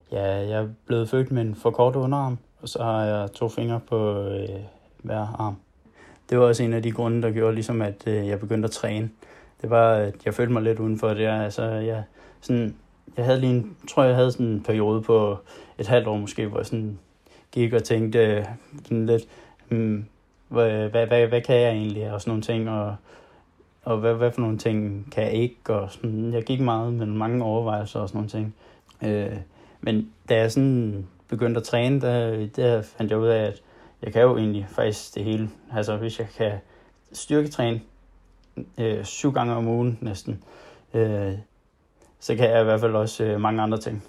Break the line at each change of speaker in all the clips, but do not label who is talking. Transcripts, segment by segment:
Ja, jeg er blevet født med en for kort underarm, og så har jeg 2 fingre på hver arm. Det var også en af de grunde, der gjorde ligesom, at jeg begyndte at træne. Det var, at jeg følte mig lidt udenfor det. Altså, jeg havde lige jeg havde sådan en periode på et halvt år måske, hvor jeg sådan gik og tænkte sådan lidt, hvad kan jeg egentlig, og sådan nogle ting, og hvad for nogle ting kan jeg ikke, og sådan, jeg gik meget med mange overvejelser og sådan nogle ting. Men da jeg sådan begyndte at træne, der fandt jeg ud af, at jeg kan jo egentlig faktisk det hele. Altså hvis jeg kan styrketræne 7 gange om ugen næsten, så kan jeg i hvert fald også mange andre ting.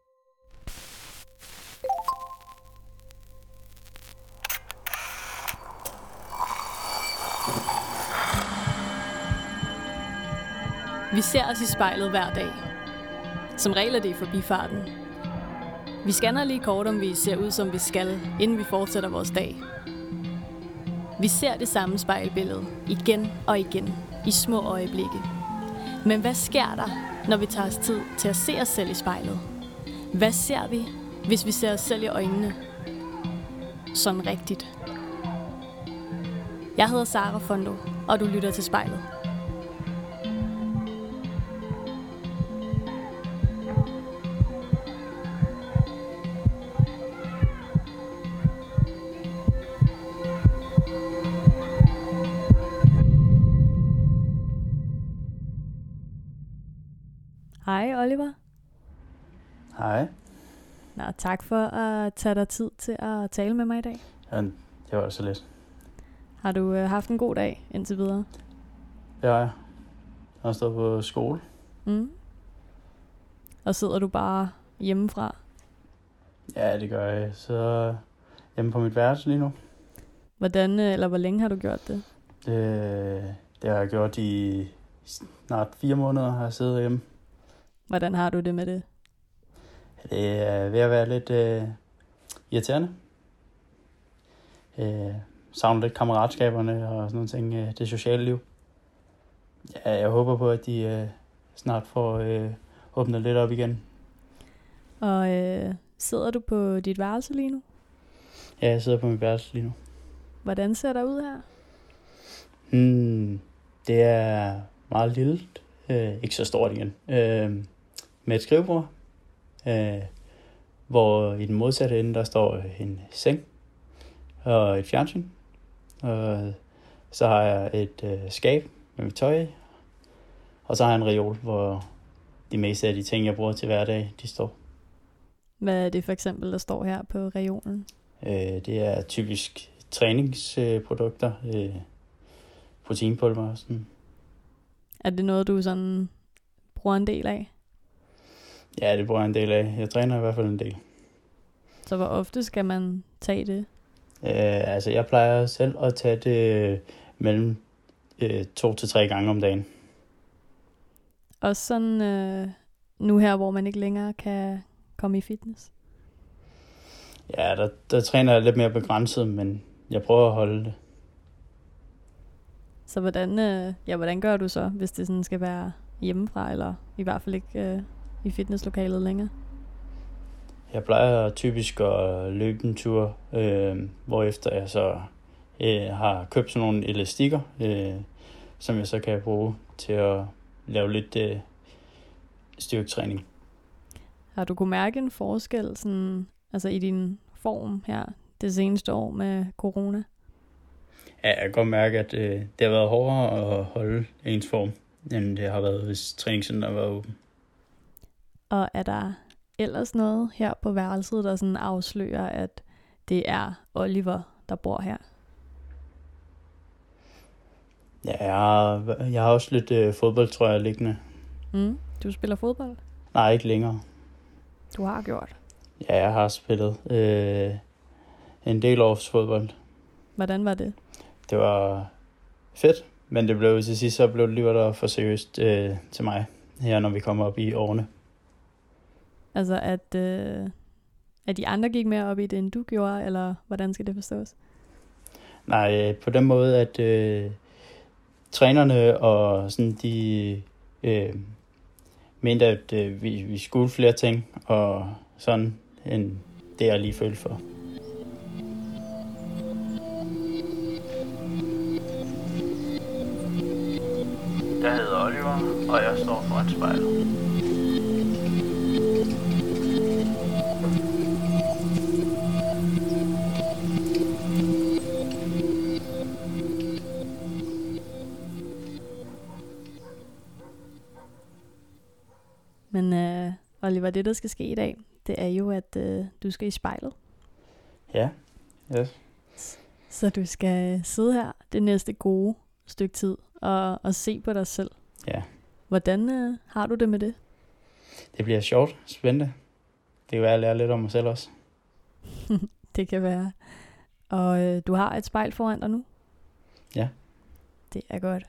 Vi ser os i spejlet hver dag. Som regel er det i forbifarten. Vi scanner lige kort, om vi ser ud, som vi skal, inden vi fortsætter vores dag. Vi ser det samme spejlbillede igen og igen i små øjeblikke. Men hvad sker der, når vi tager os tid til at se os selv i spejlet? Hvad ser vi, hvis vi ser os selv i øjnene? Sådan rigtigt. Jeg hedder Sara Fondo, og du lytter til Spejlet. Hej Oliver.
Hej.
Nå, tak for at tage dig tid til at tale med mig i dag.
Ja, det var så lidt.
Har du haft en god dag indtil videre?
Ja, jeg har stået på skole.
Og sidder du bare hjemmefra?
Ja, det gør jeg. Så hjemme på mit værelse lige nu.
Hvor længe har du gjort det?
Det har jeg gjort i snart 4 måneder, har jeg siddet hjemme.
Hvordan har du det med det?
Det er ved at være lidt irriterende. Savner lidt kammeratskaberne og sådan nogle ting, det sociale liv. Ja, jeg håber på, at de snart får åbnet lidt op igen.
Og sidder du på dit værelse lige nu?
Ja, jeg sidder på mit værelse lige nu.
Hvordan ser der ud her?
Det er meget lille, ikke så stort igen, med et skrivebord, hvor i den modsatte ende, der står en seng og et fjernsyn. Og så har jeg et skab med mit tøj, og så har jeg en reol, hvor de meste af de ting, jeg bruger til hverdag, de står.
Hvad er det for eksempel, der står her på reolen?
Det er typisk træningsprodukter, proteinpulver og sådan.
Er det noget, du sådan bruger en del af?
Ja, det bruger jeg en del af. Jeg træner i hvert fald en del.
Så hvor ofte skal man tage det?
Altså, jeg plejer selv at tage det mellem 2 til 3 gange om dagen.
Også sådan nu her, hvor man ikke længere kan komme i fitness?
Ja, der træner jeg lidt mere begrænset, men jeg prøver at holde det.
Så hvordan gør du så, hvis det sådan skal være hjemmefra, eller i hvert fald ikke i fitnesslokalet længere?
Jeg plejer typisk at løbe en tur, hvorefter jeg så har købt sådan nogle elastikker, som jeg så kan bruge til at lave lidt styrketræning.
Har du kunne mærke en forskel sådan, altså i din form her det seneste år med corona?
Ja, jeg kan godt mærke, at det har været hårdere at holde ens form, end det har været, hvis træningscenteret var åben.
Og er der ellers noget her på værelset, der sådan afslører, at det er Oliver, der bor her?
Ja, jeg har også lidt fodboldtrøjer liggende.
Du spiller fodbold?
Nej, ikke længere.
Du har gjort?
Ja, jeg har spillet en del års fodbold.
Hvordan var det?
Det var fedt, men det blev til sidst, så blev det lige der for seriøst til mig, her når vi kommer op i årene.
Altså at de andre gik mere op i det, end du gjorde, eller hvordan skal det forstås?
Nej, på den måde, at trænerne og sådan, de mente, at vi skulle flere ting, og sådan end det, jeg lige følte for. Jeg hedder Oliver, og jeg står foran spejlet.
Men Oliver, det der skal ske i dag, det er jo, at du skal i spejlet.
Ja, yes.
Så du skal sidde her det næste gode stykke tid og se på dig selv.
Ja.
Hvordan har du det med det?
Det bliver sjovt, spændende. Det er jo at lære lidt om mig selv også.
Det kan være. Og du har et spejl foran dig nu?
Ja.
Det er godt.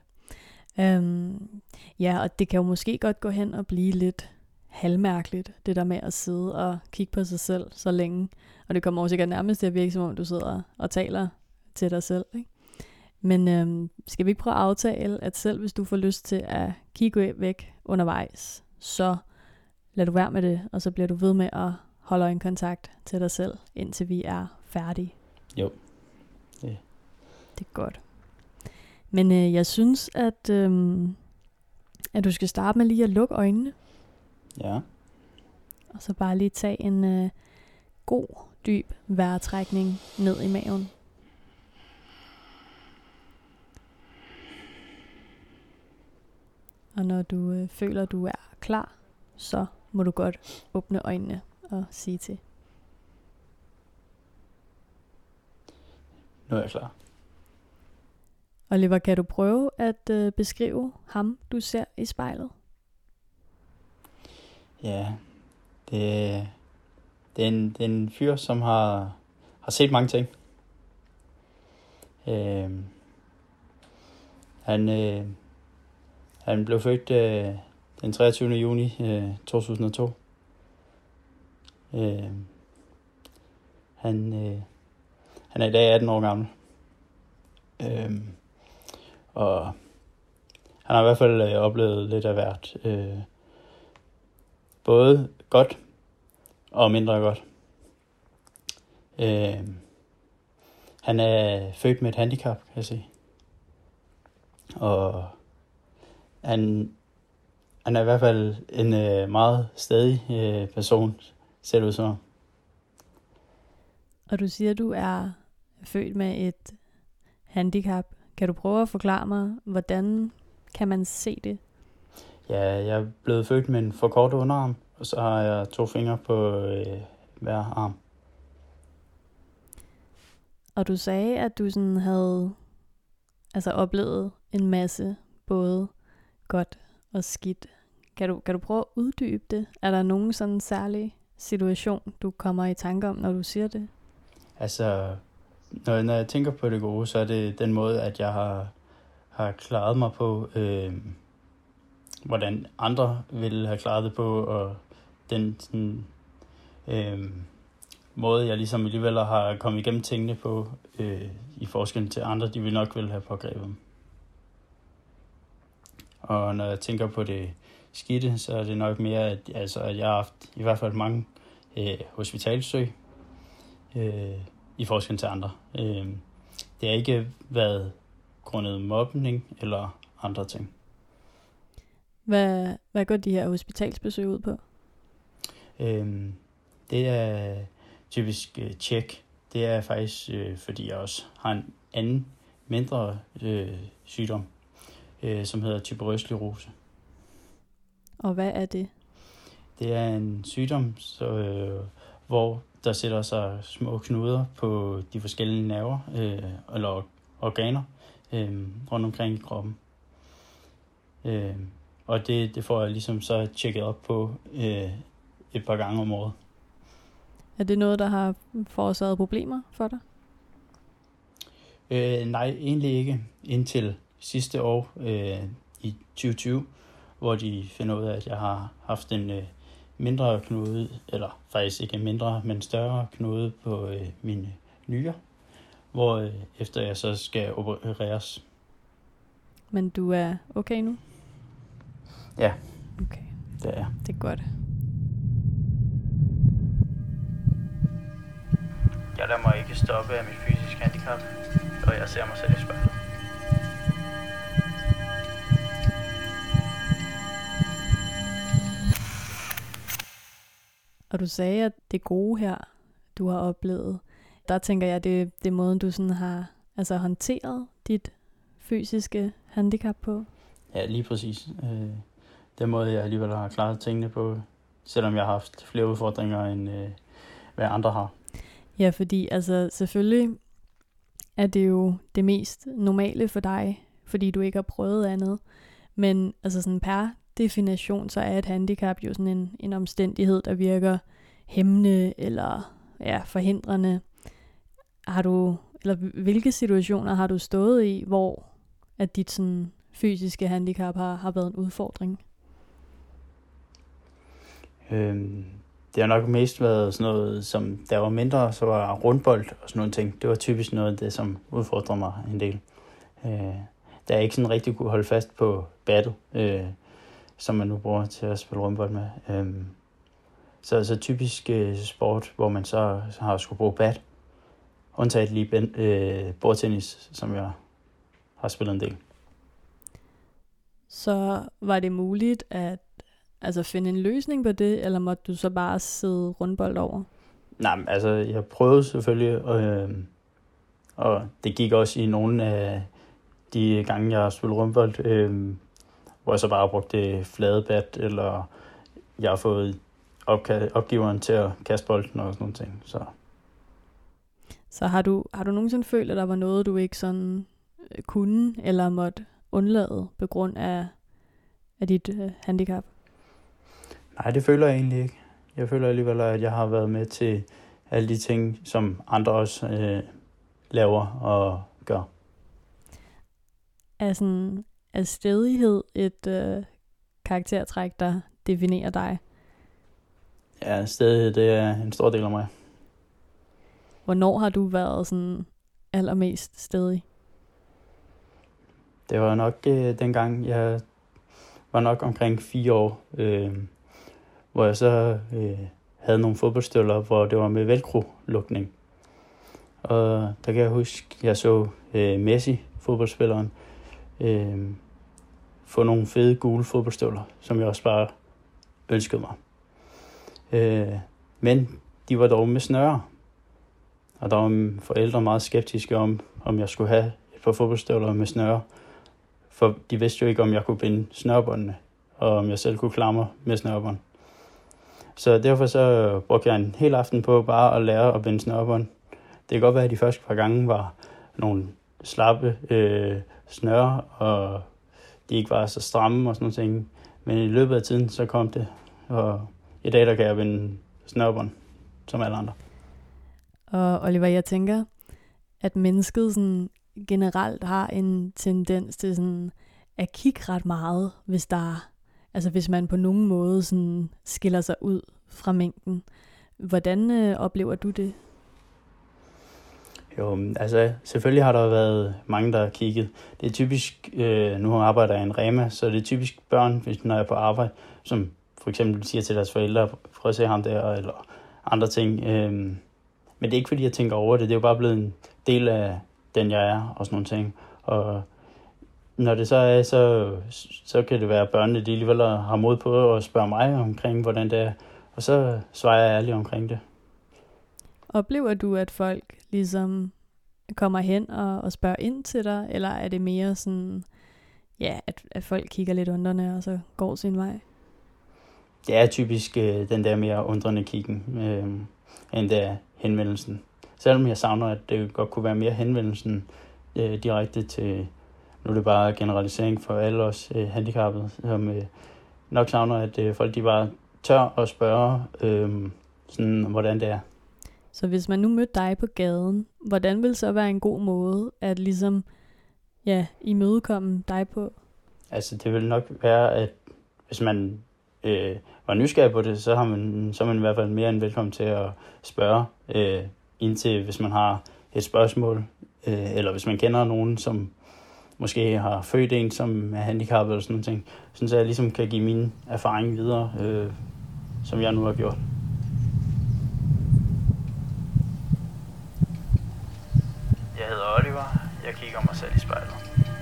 Ja, og det kan jo måske godt gå hen og blive lidt halvmærkeligt, det der med at sidde og kigge på sig selv så længe. Og det kommer også sikkert nærmest til at virke, som om du sidder og taler til dig selv, ikke? Men skal vi ikke prøve at aftale, at selv hvis du får lyst til at kigge væk undervejs, så lad du være med det, og så bliver du ved med at holde øjenkontakt til dig selv, indtil vi er færdige.
Jo.
Det er godt. Men jeg synes, at du skal starte med lige at lukke øjnene.
Ja.
Og så bare lige tage en god, dyb vejrtrækning ned i maven. Og når du føler, du er klar, så må du godt åbne øjnene og sige til.
Nu er jeg klar.
Oliver, kan du prøve at beskrive ham, du ser i spejlet?
Ja, det er en fyr, som har set mange ting. Han blev født den 23. juni 2002. Han er i dag 18 år gammel. Og han har i hvert fald oplevet lidt af hvert. Både godt og mindre godt. Han er født med et handicap, kan jeg sige. Og han er i hvert fald en meget stædig person, ser det ud som.
Og du siger, at du er født med et handicap. Kan du prøve at forklare mig, hvordan kan man se det?
Ja, jeg er blevet født med en forkortet underarm, og så har jeg 2 fingre på hver arm.
Og du sagde, at du sådan havde oplevet en masse, både godt og skidt. Kan du prøve at uddybe det? Er der nogen sådan særlig situation, du kommer i tanke om, når du siger det?
Altså, når jeg tænker på det gode, så er det den måde, at jeg har klaret mig på, hvordan andre ville have klaret det på, og den sådan, måde, jeg ligesom alligevel har kommet igennem tingene på, i forskel til andre, de vil nok have pågrebet dem. Og når jeg tænker på det skidte, så er det nok mere, at jeg har haft i hvert fald mange hospitalsøg, i forskel til andre. Det har ikke været grundet mobning eller andre ting.
Hvad går de her hospitalsbesøg ud på?
Det er typisk tjek. Det er faktisk, fordi jeg også har en anden, mindre sygdom, som hedder tuberøs sklerose.
Og hvad er det?
Det er en sygdom, hvor der sætter sig små knuder på de forskellige nerver eller organer rundt omkring i kroppen. Og det får jeg ligesom så tjekket op på et par gange om året.
Er det noget, der har forårsaget problemer for dig?
Nej, egentlig ikke. Indtil sidste år i 2020, hvor de finder ud af, at jeg har haft en mindre knude, eller faktisk ikke mindre, men større knude på mine nyrer, hvor efter jeg så skal opereres.
Men du er okay nu?
Ja,
okay.
Det er jeg.
Det er godt.
Jeg lader mig ikke stoppe af mit fysiske handicap, og jeg ser mig selv i spejlet.
Og du sagde, at det gode her, du har oplevet, der tænker jeg, det er måden, du sådan har håndteret dit fysiske handicap på.
Ja, lige præcis. Den måde, jeg alligevel har klaret tingene på, selvom jeg har haft flere udfordringer, end hvad andre har.
Ja, fordi selvfølgelig er det jo det mest normale for dig, fordi du ikke har prøvet andet. Men sådan per definition, så er et handicap jo sådan en omstændighed, der virker hæmmende eller forhindrende. Hvilke situationer har du stået i, hvor at dit sådan fysiske handicap har været en udfordring?
Det har nok mest været sådan noget, som da jeg var mindre, så var rundbold og sådan nogle ting. Det var typisk noget af det, som udfordrede mig en del. Da jeg ikke sådan rigtig kunne holde fast på battet, som man nu bruger til at spille rundbold med. Så typisk sport, hvor man så har skulle bruge bat. Undtaget lige bordtennis, som jeg har spillet en del.
Så var det muligt at finde en løsning på det, eller måtte du så bare sidde rundbold over?
Nej, jeg prøvede selvfølgelig, og det gik også i nogle af de gange, jeg har spillet rundbold, hvor jeg så bare brugte flade bat, eller jeg har fået opgiveren til at kaste bolden og sådan nogle ting.
Så har du nogensinde følt, at der var noget, du ikke sådan kunne, eller måtte undlade på grund af dit handicap?
Nej, det føler jeg egentlig ikke. Jeg føler alligevel, at jeg har været med til alle de ting, som andre også laver og gør.
Er stædighed et karaktertræk, der definerer dig?
Ja, stædighed, det er en stor del af mig.
Hvornår har du været sådan allermest stædig?
Det var nok dengang, jeg var nok omkring 4 år, hvor jeg så havde nogle fodboldstøvler, hvor det var med velcro-lukning. Og der kan jeg huske, jeg så Messi, fodboldspilleren, få nogle fede gule fodboldstøvler, som jeg også bare ønskede mig. Men de var dog med snøre. Og der var forældre meget skeptiske om jeg skulle have et par fodboldstøvler med snøre. For de vidste jo ikke, om jeg kunne binde snørebåndene, og om jeg selv kunne klare mig med snørebånd. Så derfor så brugte jeg en hel aften på bare at lære at binde snørebånd. Det kan godt være, at de første par gange var nogle slappe snøre, og de ikke var så stramme og sådan noget ting. Men i løbet af tiden, så kom det, og i dag der kan jeg binde snørebånd, som alle andre.
Og Oliver, jeg tænker, at mennesket sådan generelt har en tendens til sådan at kigge ret meget, hvis man på nogen måde sådan skiller sig ud fra mængden. Hvordan oplever du det?
Jo, selvfølgelig har der været mange, der har kigget. Det er typisk, nu arbejder jeg i en Rema, så det er typisk børn, når jeg er på arbejde, som for eksempel siger til deres forældre, prøv at se ham der, eller andre ting. Men det er ikke fordi, jeg tænker over det. Det er jo bare blevet en del af den, jeg er, og sådan nogle ting. Og når det så er, så kan det være, at børnene de alligevel har mod på at spørge mig omkring, hvordan det er. Og så svarer jeg ærligt omkring det.
Oplever du, at folk ligesom kommer hen og spørger ind til dig, eller er det mere sådan, at folk kigger lidt undrende, og så går sin vej?
Det er typisk den der mere undrende kiggen, end det er henvendelsen. Selvom jeg savner, at det godt kunne være mere henvendelsen direkte til, nu er det bare generalisering for alle os handicappede, som nok savner, at folk de bare tør at spørge, sådan, hvordan det er.
Så hvis man nu mødte dig på gaden, hvordan vil så være en god måde at ligesom, imødekomme dig på? Det
vil nok være, at hvis man var nysgerrig på det, så er man i hvert fald mere end velkommen til at spørge, indtil hvis man har et spørgsmål, eller hvis man kender nogen, som måske har født en, som er handicappet eller sådan noget ting, så jeg ligesom kan give min erfaring videre, som jeg nu har gjort. Jeg hedder Oliver. Jeg kigger mig selv i spejlet.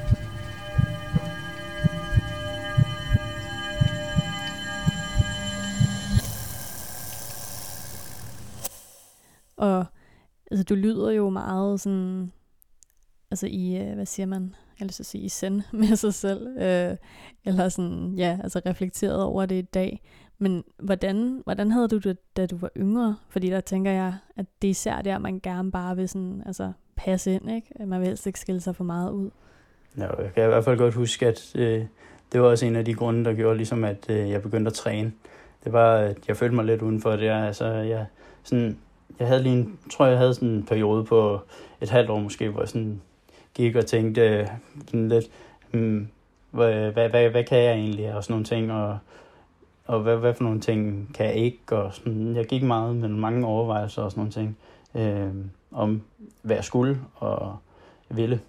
Og altså, du lyder jo meget sådan, altså i, hvad siger man, jeg vil så sige, i zen med sig selv, eller sådan, ja, altså reflekteret over det i dag. Men hvordan havde du det, da du var yngre? Fordi der tænker jeg, at det er især der, man gerne bare vil sådan, altså, passe ind, ikke? Man vil helst ikke skille sig for meget ud.
Ja, jeg kan i hvert fald godt huske, at det var også en af de grunde, der gjorde ligesom, at jeg begyndte at træne. Det var, at jeg følte mig lidt udenfor det. Altså, jeg havde lige jeg havde sådan en periode på et halvt år måske, hvor jeg sådan gik og tænkte sådan lidt, hvad kan jeg egentlig, og sådan nogle ting, og hvad for nogle ting kan jeg ikke, og sådan, jeg gik meget med mange overvejelser og sådan nogle ting, om hvad jeg skulle og ville.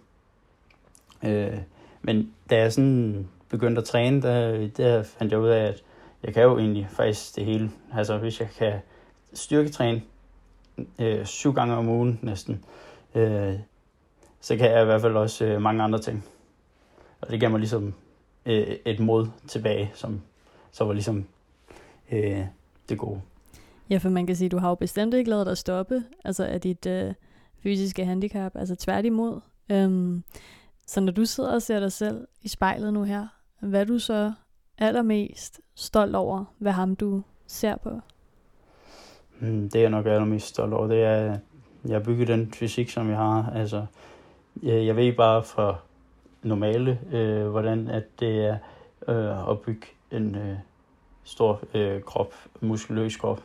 Men da jeg sådan begyndte at træne, der fandt jeg ud af, at jeg kan jo egentlig faktisk det hele. Altså hvis jeg kan styrketræne 7 gange om ugen næsten, så kan jeg i hvert fald også mange andre ting. Og det gav mig ligesom et mod tilbage, som så var ligesom det gode.
Ja, for man kan sige, at du har jo bestemt ikke lavet dig stoppe, altså af dit fysiske handicap, altså tværtimod. Så når du sidder og ser dig selv i spejlet nu her, hvad er du så allermest stolt over, hvad ham du ser på?
Det er jeg nok allermest stolt over, det er, at jeg har bygget den fysik, som jeg har. Altså, jeg ved bare fra normale, hvordan at det er at bygge en stor krop, muskuløs krop.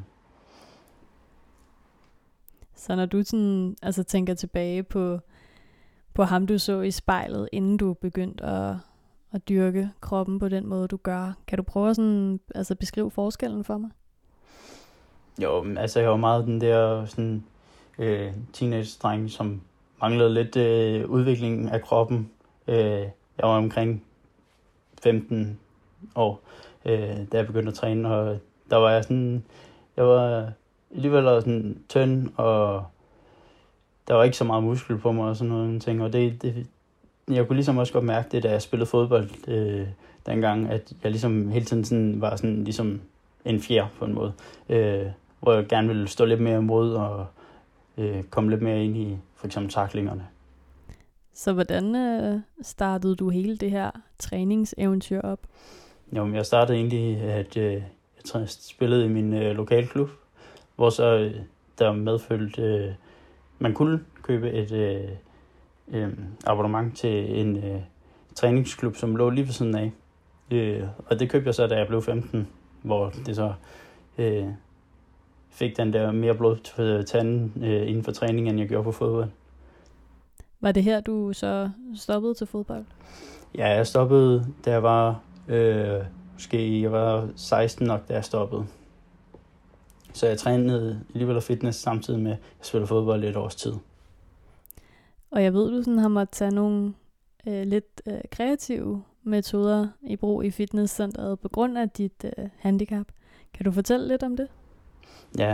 Så når du sådan, altså tænker tilbage på ham, du så i spejlet, inden du begyndte at dyrke kroppen på den måde, du gør, kan du prøve at sådan, altså beskrive forskellen for mig?
Jo, altså jeg var meget den der sådan, teenage-dreng, som manglede lidt udviklingen af kroppen. Jeg var omkring 15 år, da jeg begyndte at træne, og der var jeg var alligevel sådan tynd, og der var ikke så meget muskel på mig og sådan noget ting, og jeg kunne ligesom også godt mærke det, da jeg spillede fodbold dengang, at jeg ligesom hele tiden sådan, var sådan ligesom en fjer på en måde, hvor jeg gerne ville stå lidt mere imod og komme lidt mere ind i for eksempel taklingerne.
Så hvordan startede du hele det her træningseventyr op?
Jo, men jeg startede egentlig, at jeg spillede i min lokalklub, hvor så der medfølgte, man kunne købe et abonnement til en træningsklub, som lå lige ved siden af. Og det købte jeg så, da jeg blev 15, hvor det så fik den der mere blod til tanden inden for træning, end jeg gjorde på fodbold.
Var det her, du så stoppede til fodbold?
Ja, jeg stoppede, da jeg var, jeg var 16 nok, da jeg stoppede. Så jeg trænede alligevel fitness samtidig med, at jeg spillede fodbold et års tid.
Og jeg ved, du sådan har måttet tage nogle lidt kreative metoder i brug i fitnesscenteret på grund af dit handicap. Kan du fortælle lidt om det? Ja.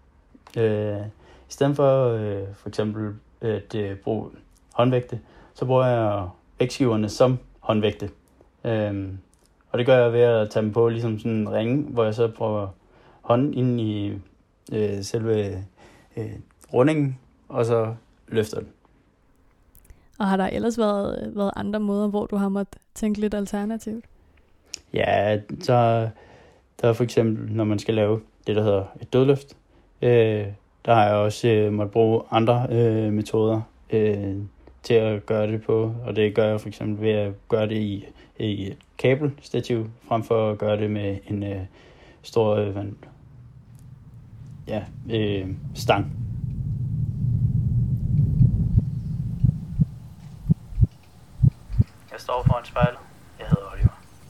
I stedet for for eksempel at bruge håndvægte, så bruger jeg vægtskiverne som håndvægte. Og det gør jeg ved at tage dem på ligesom sådan en ringe, hvor jeg så prøver hånden ind i selve rundingen, og så løfter den.
Og har der ellers været andre måder, hvor du har måttet tænke lidt alternativt?
Ja, der er for eksempel, når man skal lave det, der hedder et dødløft, der har jeg også måttet bruge andre metoder til at gøre det på. Og det gør jeg for eksempel ved at gøre det i et kabelstativ, frem for at gøre det med en stor stang. Jeg står foran spejlet. Jeg hedder Oliver.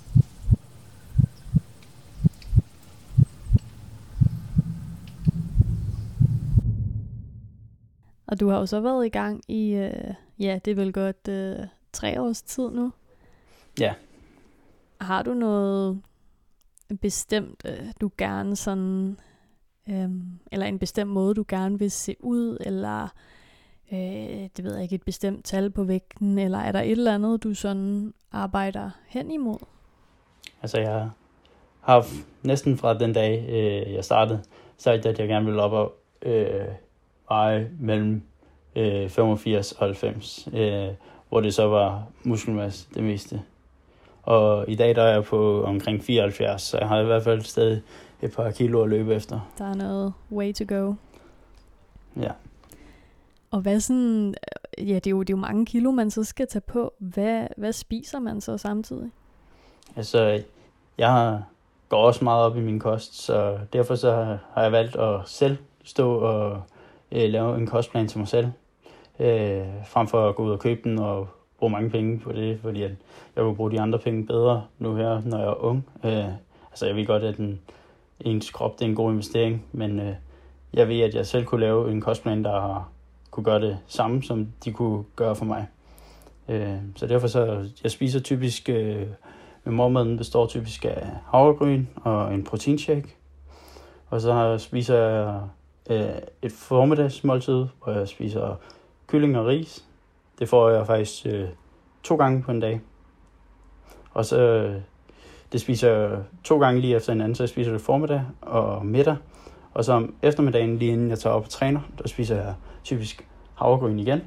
Og du har jo så været i gang i, det er vel godt 3 års tid nu.
Ja.
Har du noget bestemt, du gerne sådan, eller en bestemt måde, du gerne vil se ud, eller det ved jeg ikke, et bestemt tal på vægten, eller er der et eller andet, du sådan arbejder hen imod?
Altså jeg har næsten fra den dag, jeg startede, sagt, at jeg gerne ville op og veje mellem 85 og 90, hvor det så var muskelmasse det meste. Og i dag der er jeg på omkring 74, så jeg har i hvert fald stadig et par kilo at løbe efter.
Der er noget way to go.
Ja.
Og hvad sådan, ja, det er jo mange kilo, man så skal tage på. Hvad spiser man så samtidig?
Altså, jeg går også meget op i min kost, så derfor så har jeg valgt at selv stå og lave en kostplan til mig selv, frem for at gå ud og købe den og bruge mange penge på det, fordi at jeg vil bruge de andre penge bedre nu her, når jeg er ung. Altså, jeg ved godt, at ens krop det er en god investering, men jeg ved, at jeg selv kunne lave en kostplan, der kunne gøre det samme, som de kunne gøre for mig. Så derfor så, jeg spiser typisk, morgenmaden består typisk af havregryn og en proteinshake. Og så spiser jeg et formiddagsmåltid, hvor jeg spiser kylling og ris. Det får jeg faktisk 2 gange på en dag. Og så det spiser jeg 2 gange lige efter hinanden, så jeg spiser det formiddag og middag. Og så om eftermiddagen, lige inden jeg tager op og træner, der spiser jeg typisk havregryn igen.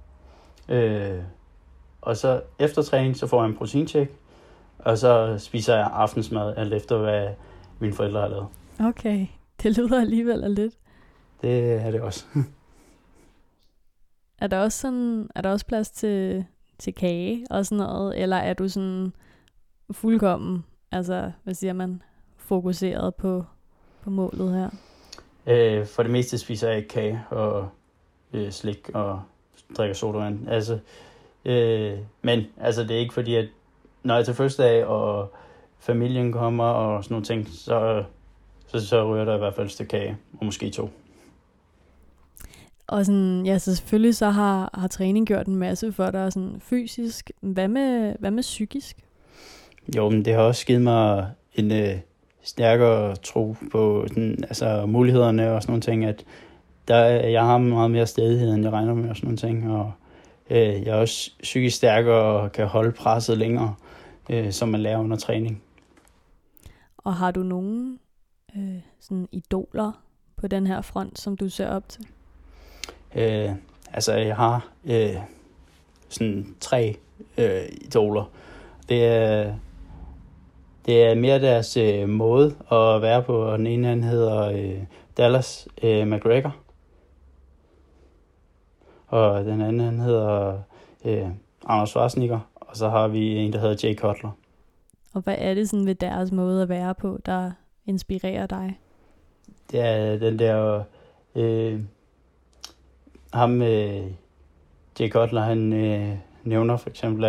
Og så efter træning, så får jeg en proteinshake. Og så spiser jeg aftensmad, alt efter hvad mine forældre har lavet.
Okay, det lyder alligevel af lidt.
Det er det også.
Er der også plads til kage og sådan noget, eller er du sådan fuldkommen, altså hvad siger man, fokuseret på målet her?
For det meste spiser jeg ikke kage og slik og drikker sodavand. Altså, men altså det er ikke fordi, at når jeg til fødselsdag og familien kommer og sådan nogle ting, så ryger der i hvert fald et stykke kage, og måske 2.
Og sådan, ja, så selvfølgelig så har træning gjort en masse for dig sådan fysisk. Hvad med psykisk?
Jo, men det har også givet mig en stærkere tro på altså mulighederne og sådan nogle ting, at jeg har meget mere stædighed, end jeg regner med og sådan nogle ting, og jeg er også psykisk stærkere og kan holde presset længere, som man lærer under træning.
Og har du nogen sådan idoler på den her front, som du ser op til?
Altså jeg har sådan 3 idoler. Det er mere deres måde at være på, og den ene han hedder Dallas McGregor. Og den anden han hedder Arnold Schwarzenegger, og så har vi en, der hedder Jay Cutler.
Og hvad er det sådan ved deres måde at være på, der inspirerer dig?
Det er den der ham Jay Cutler, han nævner for eksempel,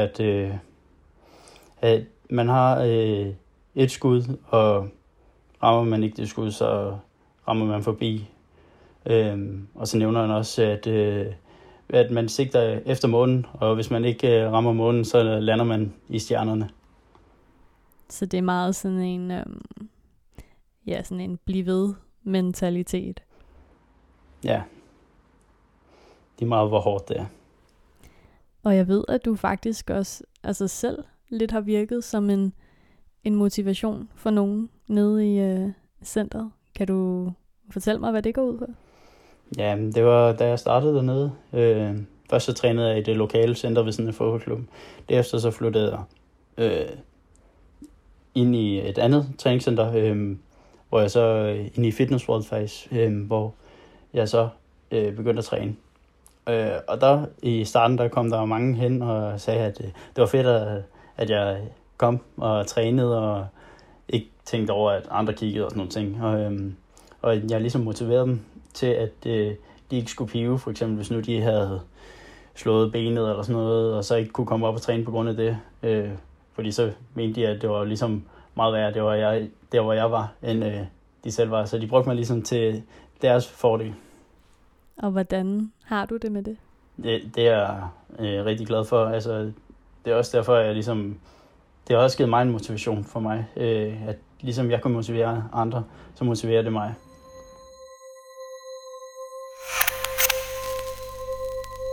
at man har et skud, og rammer man ikke det skud, så rammer man forbi. Og så nævner han også, at man sigter efter månen, og hvis man ikke rammer månen, så lander man i stjernerne. Så
det er meget sådan en, sådan en bliv ved mentalitet.
Ja. Det er meget, hvor hårdt det er.
Og jeg ved, at du faktisk også selv lidt har virket som en motivation for nogen nede i centret. Kan du fortælle mig, hvad det går ud på? Ja,
det var da jeg startede dernede. Først så trænede jeg i det lokale center ved sådan en fodboldklub. Derefter så flyttede jeg ind i et andet træningscenter, hvor jeg så ind i Fitness World faktisk, hvor jeg så begyndte at træne. Og der i starten, der kom der mange hen og sagde, at det var fedt, at jeg kom og trænede og ikke tænkte over, at andre kiggede og sådan nogle ting. Og jeg ligesom motiverede dem til, at de ikke skulle pive, for eksempel hvis nu de havde slået benet eller sådan noget, og så ikke kunne komme op og træne på grund af det. Fordi så mente de, at det var ligesom meget værre, der hvor jeg var, end de selv var. Så de brugte mig ligesom til deres fordel.
Og hvordan har du det med det?
Det er jeg rigtig glad for. Altså, det er også derfor, at jeg ligesom, det har også givet mig en motivation for mig. At ligesom jeg kan motivere andre, så motiverer det mig.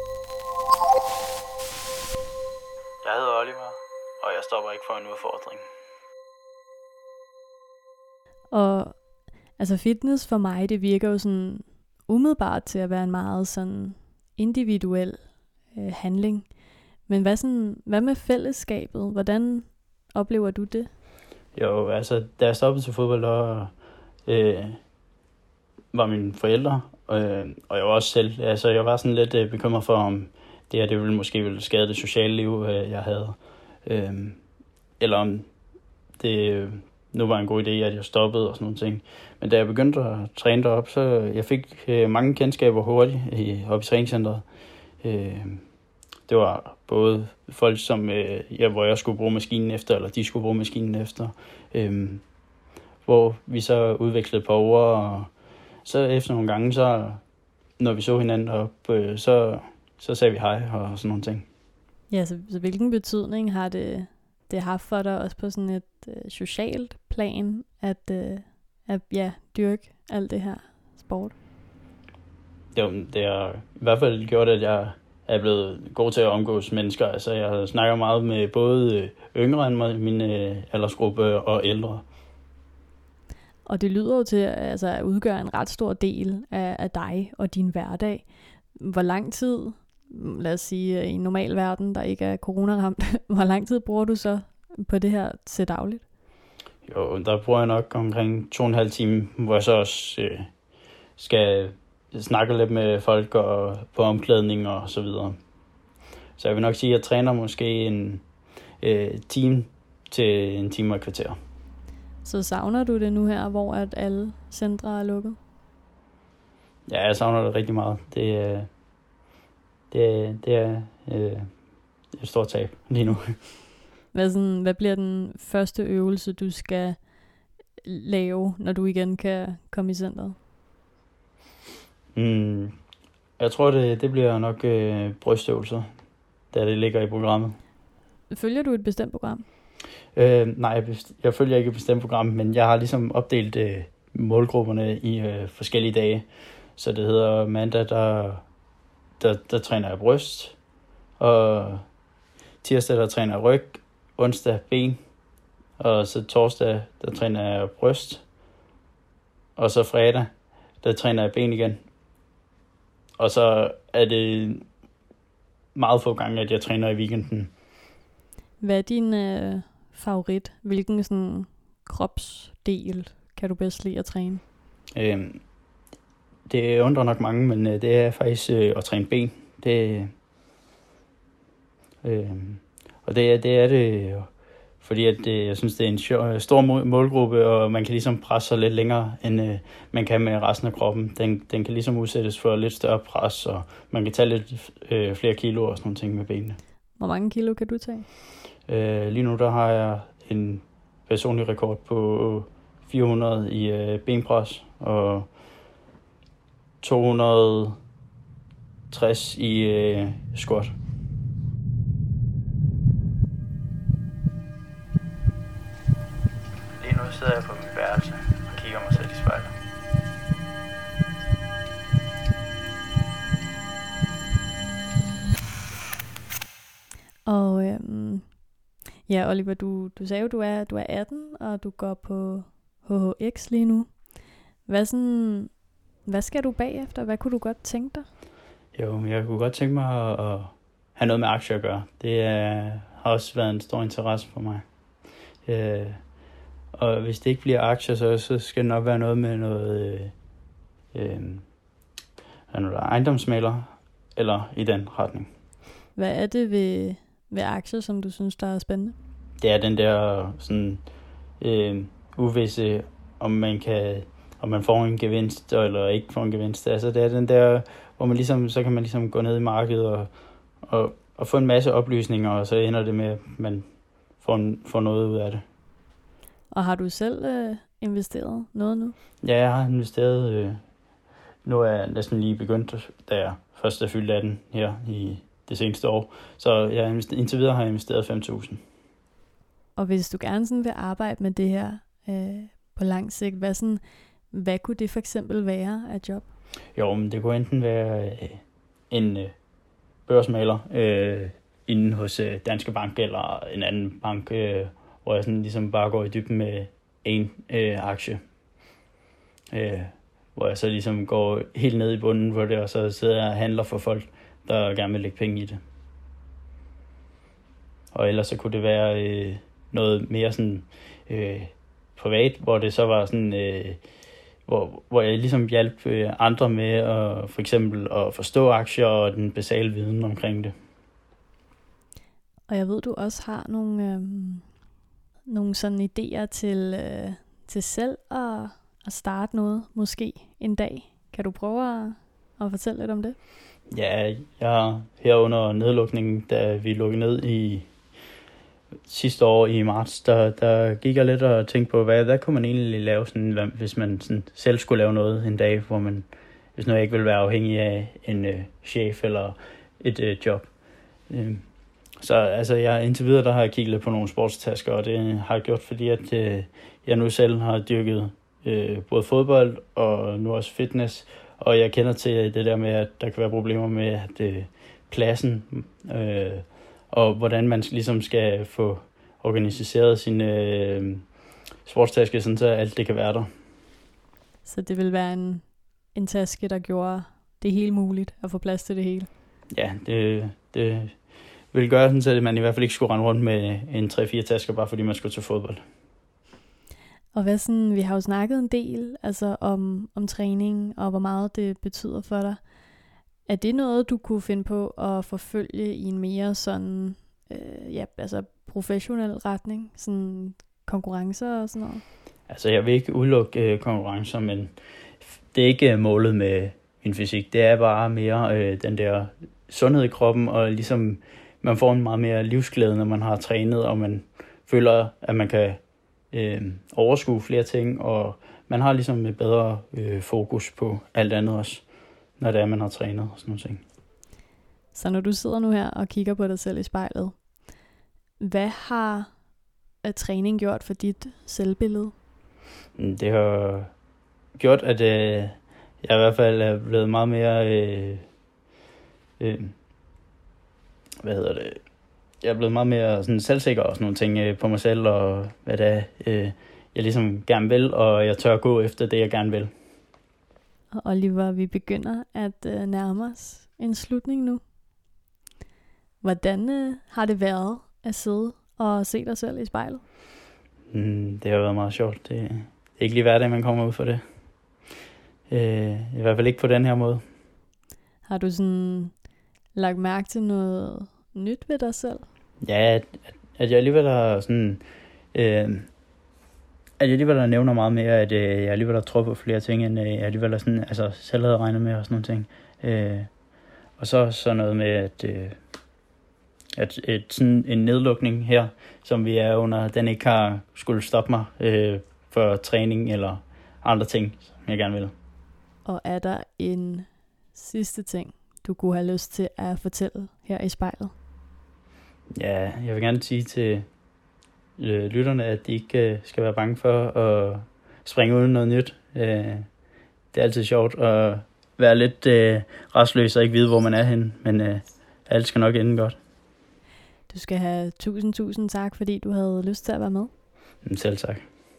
stopper ikke for en udfordring.
Og altså fitness for mig, det virker jo sådan umiddelbart til at være en meget sådan individuel handling. Men hvad med fællesskabet? Hvordan oplever du det?
Jo, altså da jeg stoppede til fodbold, der var mine forældre, og jeg var også selv. Altså jeg var sådan lidt bekymret for, om det her det ville skade det sociale liv, jeg havde. Eller om det nu var en god idé, at jeg stoppede og sådan nogle ting. Men da jeg begyndte at træne derop, så jeg fik mange kendskaber hurtigt oppe i træningscenteret. Det var både folk, som hvor jeg skulle bruge maskinen efter, eller de skulle bruge maskinen efter. Hvor vi så udvekslede på over, og så efter nogle gange, så når vi så hinanden op, så sagde vi hej og sådan nogle ting.
Ja, så hvilken betydning har det haft for dig også på sådan et socialt plan, at dyrke alt det her sport?
Det har i hvert fald gjort, at jeg er blevet god til at omgås mennesker. Altså jeg snakker meget med både yngre end min aldersgruppe og ældre. Og
det lyder jo til at udgøre en ret stor del af dig og din hverdag. Hvor lang tid, lad os sige i en normal verden, der ikke er coronaramt, hvor lang tid bruger du så på det her til dagligt?
Jo, der bruger jeg nok omkring 2,5 timer, hvor jeg så også skal snakke lidt med folk og på omklædning og så videre. Så jeg vil nok sige, at jeg træner måske en time til en time og et kvarter.
Så savner du det nu her, hvor at alle centre er lukket?
Ja, jeg savner det rigtig meget. Det er et stort tab lige nu.
Hvad bliver den første øvelse, du skal lave, når du igen kan komme i centret?
Jeg tror, det bliver nok brystøvelser, da det ligger i programmet.
Følger du et bestemt program?
Nej, jeg følger ikke et bestemt program, men jeg har ligesom opdelt målgrupperne i forskellige dage. Så det hedder mandag, der træner jeg bryst, og tirsdag, der træner jeg ryg, onsdag ben, og så torsdag, der træner jeg bryst, og så fredag, der træner jeg ben igen. Og så er det meget få gange, at jeg træner i weekenden.
Hvad er din favorit? Hvilken sådan kropsdel kan du bedst lide at træne?
Det undrer nok mange, men det er faktisk at træne ben. Og det er det, fordi at jeg synes, det er en stor målgruppe, og man kan ligesom presse sig lidt længere, end man kan med resten af kroppen. Den kan ligesom udsættes for lidt større pres, og man kan tage lidt flere kilo og sådan nogle ting med benene.
Hvor mange kilo kan du tage?
Lige nu der har jeg en personlig rekord på 400 i benpres, og 260 i squat. Lige nu sidder jeg på min værelse og kigger mig selv i spejlet.
Og ja, Oliver, du sagde jo, du er 18, og du går på HHX lige nu. Hvad skal du bagefter? Hvad kunne du godt tænke dig?
Jo, jeg kunne godt tænke mig at have noget med aktier at gøre. Det har også været en stor interesse for mig. Og hvis det ikke bliver aktier, så skal det nok være noget med noget ejendomsmægler, eller i den retning.
Hvad er det ved aktier, som du synes, der er spændende?
Det er den der sådan uvisse, om man får en gevinst eller ikke får en gevinst. Altså det er den der, hvor man ligesom, så kan man ligesom gå ned i markedet og få en masse oplysninger, og så ender det med, at man får noget ud af det.
Og har du selv investeret noget nu?
Ja, jeg har investeret. Nu er jeg næsten lige begyndt, da jeg først er fyldt 18 her i det seneste år. Så indtil videre har jeg investeret 5.000.
Og hvis du gerne sådan vil arbejde med det her på lang sigt, hvad kunne det for eksempel være af job?
inde hos Danske Bank eller en anden bank, hvor jeg sådan ligesom bare går i dybden med en aktie. Hvor jeg så ligesom går helt ned i bunden på det, og så sidder jeg og handler for folk, der gerne vil lægge penge i det. Og ellers så kunne det være noget mere sådan privat, hvor det så var sådan, hvor jeg ligesom hjalp andre med at for eksempel at forstå aktier og den basale viden omkring det.
Og jeg ved, du også har nogle sådan idéer til selv at starte noget, måske en dag. Kan du prøve at fortælle lidt om det?
Ja, jeg her under nedlukningen, da vi lukkede ned i sidste år i marts, der gik jeg lidt og tænkte på, hvad kunne man egentlig lave, sådan, hvis man sådan selv skulle lave noget en dag, hvor man, hvis nu jeg ikke ville være afhængig af en chef eller et job. Så altså, indtil videre, der har jeg kigget lidt på nogle sportstasker, og det har jeg gjort, fordi at jeg nu selv har dyrket både fodbold og nu også fitness, og jeg kender til det der med, at der kan være problemer med at pladsen, og hvordan man ligesom skal få organiseret sine sportstaske, sådan så alt det kan være der.
Så det vil være en taske, der gjorde det hele muligt at få plads til det hele? Ja,
det vil gøre sådan, så man i hvert fald ikke skulle rende rundt med en 3-4 tasker, bare fordi man skulle til fodbold.
Og hvad sådan, vi har jo snakket en del altså om træning, og hvor meget det betyder for dig. Er det noget, du kunne finde på at forfølge i en mere sådan, professionel retning? Sådan konkurrencer og sådan noget? Altså,
jeg vil ikke udelukke konkurrencer, men det er ikke målet med min fysik. Det er bare mere den der sundhed i kroppen, og ligesom man får en meget mere livsglæde, når man har trænet, og man føler, at man kan overskue flere ting, og man har ligesom et bedre fokus på alt andet også, når det er, man har trænet og sådan nogle ting.
Så når du sidder nu her og kigger på dig selv i spejlet, hvad har træning gjort for dit selvbillede?
Det har gjort, at jeg i hvert fald er blevet meget mere jeg er blevet meget mere sådan selvsikker og sådan nogle ting på mig selv, og hvad det er, jeg ligesom gerne vil, og jeg tør gå efter det, jeg gerne vil.
Og Oliver, vi begynder at nærme os en slutning nu. Hvordan har det været at sidde og se dig selv i spejlet?
Det har været meget sjovt. Det er ikke lige hverdag, man kommer ud for det. I hvert fald ikke på den her måde.
Har du sådan lagt mærke til noget nyt ved dig selv?
Ja, at jeg alligevel har sådan... at jeg alligevel nævner meget mere, at jeg alligevel har tror på flere ting, end jeg alligevel sådan, altså, selv havde regnet med og sådan nogle ting. Og så noget med, at sådan en nedlukning her, som vi er under, den ikke har skulle stoppe mig for træning eller andre ting, som jeg gerne vil.
Og er der en sidste ting, du kunne have lyst til at fortælle her i spejlet?
Ja, jeg vil gerne sige til lytterne, at de ikke skal være bange for at springe uden noget nyt. Det er altid sjovt at være lidt rastløs og ikke vide, hvor man er henne, men alt skal nok ende godt.
Du skal have tusind tak, fordi du havde lyst til at være med.
Selv tak.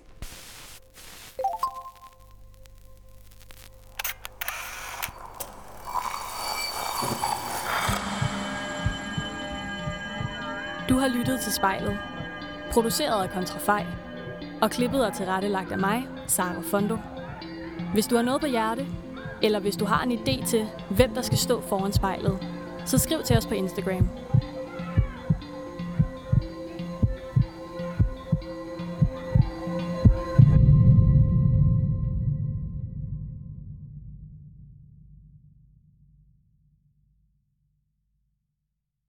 Du har lyttet til Spejlet, produceret af Kontrafej, og klippet og tilrettelagt af mig, Sara Fondo. Hvis du har noget på hjerte, eller hvis du har en idé til, hvem der skal stå foran spejlet, så skriv til os på Instagram.